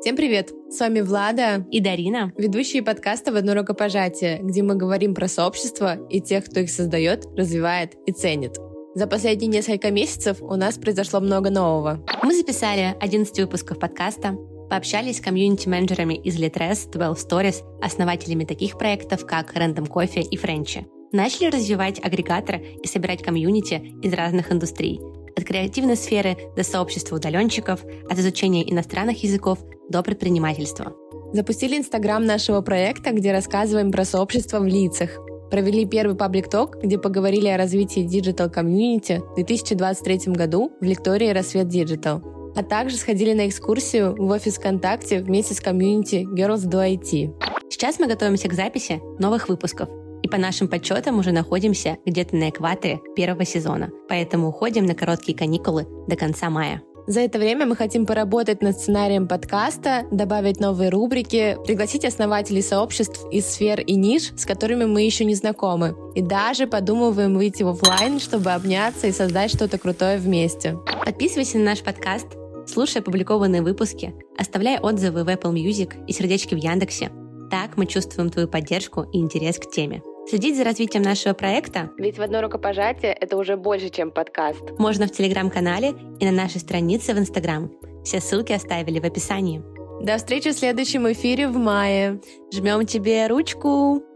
Всем привет! С вами Влада и Дарина, ведущие подкаста «В одно рукопожатие», где мы говорим про сообщества и тех, кто их создает, развивает и ценит. За последние несколько месяцев у нас произошло много нового. Мы записали 11 выпусков подкаста, пообщались с комьюнити-менеджерами из Litres, 12 Stories, основателями таких проектов, как Random Coffee и Френчи. Начали развивать агрегаторы и собирать комьюнити из разных индустрий. От креативной сферы до сообщества удаленщиков, от изучения иностранных языков до предпринимательства. Запустили Инстаграм нашего проекта, где рассказываем про сообщество в лицах. Провели первый паблик-ток, где поговорили о развитии диджитал-комьюнити в 2023 году в лектории «Рассвет Диджитал». А также сходили на экскурсию в офис ВКонтакте вместе с комьюнити Girls Do IT. Сейчас мы готовимся к записи новых выпусков. И по нашим подсчетам уже находимся где-то на экваторе первого сезона. Поэтому уходим на короткие каникулы до конца мая. За это время мы хотим поработать над сценарием подкаста, добавить новые рубрики, пригласить основателей сообществ из сфер и ниш, с которыми мы еще не знакомы. И даже подумываем выйти в офлайн, чтобы обняться и создать что-то крутое вместе. Подписывайся на наш подкаст, слушай опубликованные выпуски, оставляй отзывы в Apple Music и сердечки в Яндексе. Так мы чувствуем твою поддержку и интерес к теме. Следить за развитием нашего проекта, ведь в одно рукопожатие это уже больше, чем подкаст, можно в Телеграм-канале и на нашей странице в Инстаграм. Все ссылки оставили в описании. До встречи в следующем эфире в мае. Жмем тебе ручку!